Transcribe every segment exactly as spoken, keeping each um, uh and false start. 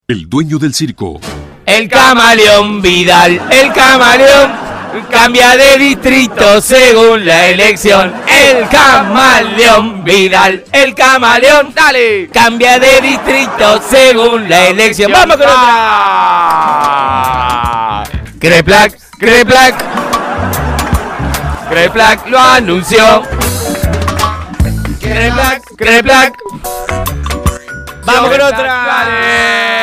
El dueño del circo. El camaleón Vidal, el camaleón cambia de distrito según la elección. El camaleón Vidal, el camaleón, dale, cambia de distrito según la elección. Vamos con otra. Creplac, Creplac, Creplac lo anunció. Creplac, Creplac. Vamos con otra. Dale.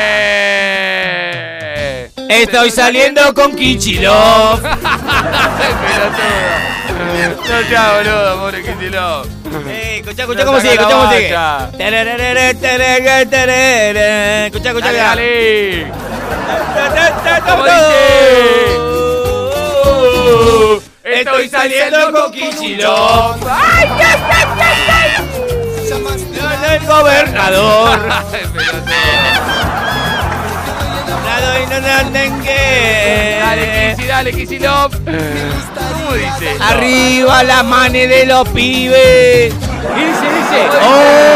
Estoy saliendo con Kichilov. No te hago boludo, pobre Kichilov. Eh, escuchá, escuchá cómo sigue, escuchá cómo sigue. Escuchá, escuchá. Dale, dale. ¿Cómo dice? Estoy saliendo con Kichilov. ¡Ay, qué, qué, qué, qué! El gobernador. Dale, Kisi, dale, Kisilov. ¿Cómo dice? Arriba la mane de los pibes. Y dice, dice. ¡Oh!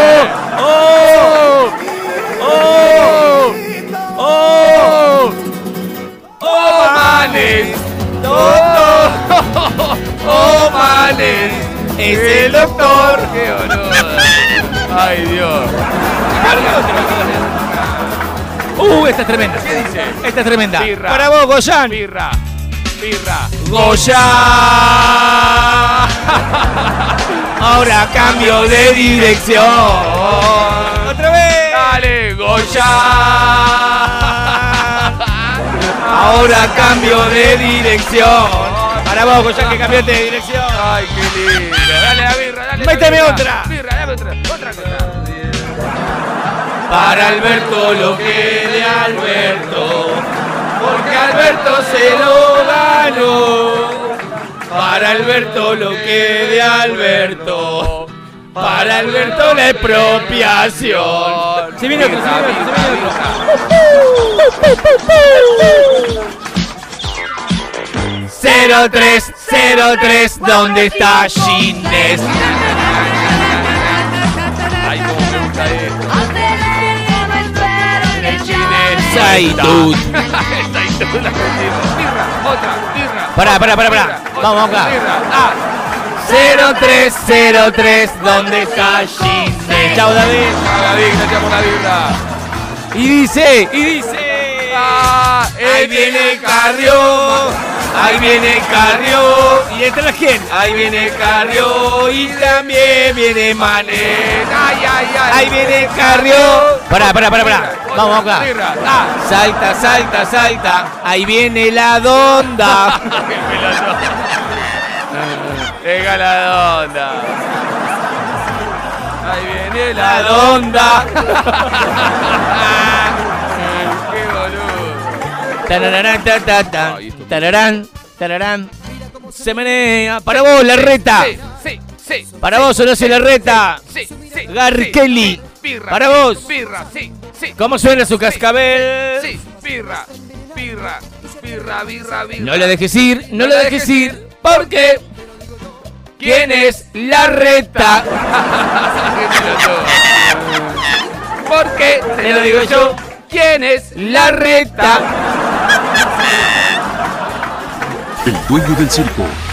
¡Oh! ¡Oh! ¡Oh! ¡Oh, manes! ¡Doctor! ¡Oh, manes! Es el doctor. ¡Qué boludo! ¡Ay, Dios! Uh, esta es tremenda. ¿Qué dice? Esta es tremenda. Birra. Para vos, Goyan. Birra. Birra. Goyan. Ahora cambio de dirección. Otra vez. Dale, Goyan. Ahora cambio de dirección. Para vos, Goyan, que cambiaste de dirección. Ay, qué lindo. Dale la birra, dale. Méteme birra. otra. Birra, dame otra. Otra cosa. Para Alberto lo que de Alberto, porque Alberto se lo ganó. Para Alberto lo que de Alberto, para Alberto la expropiación. Se viene otro, se viene otro, se viene otro. cero tres cero tres, ¿dónde está Ginés? Ay, cómo me gusta esto. Saidud. Birra, otra, birra. Pará, pará, pará, pará. Birra, Vamos otra, acá. birra. Ah, cero tres cero tres, ¿dónde está Ginés? Chau, David. a la birra, te amo la birra. Y dice, y dice. Ah, Ahí viene Carrió, ahí viene Carrió. ¿Y detrás quién? Ahí viene Carrió y también viene Manet. Ay, ay, ay. Ahí viene Carrió. Pará, pará, pará, pará. Vamos acá. Birra. Ah, Salta, salta, salta. Ahí viene la donda. qué pelotón. Deja la onda. Ahí viene la La donda. Qué boludo. Tararán, ta, ta, ta. Tararán, tararán. Se menea. Para vos, la reta. Sí, sí, sí. Para vos, Horacio Larreta. Sí, sí. Gary Kelly. Sí, birra. Para vos. Birra, sí, sí. ¿Cómo suena su cascabel? Sí, birra, birra, birra, birra, birra. No le dejes ir, no le dejes ir, porque ¿quién es Larreta? Porque Te lo digo yo, ¿quién es? Larreta. El dueño del circo.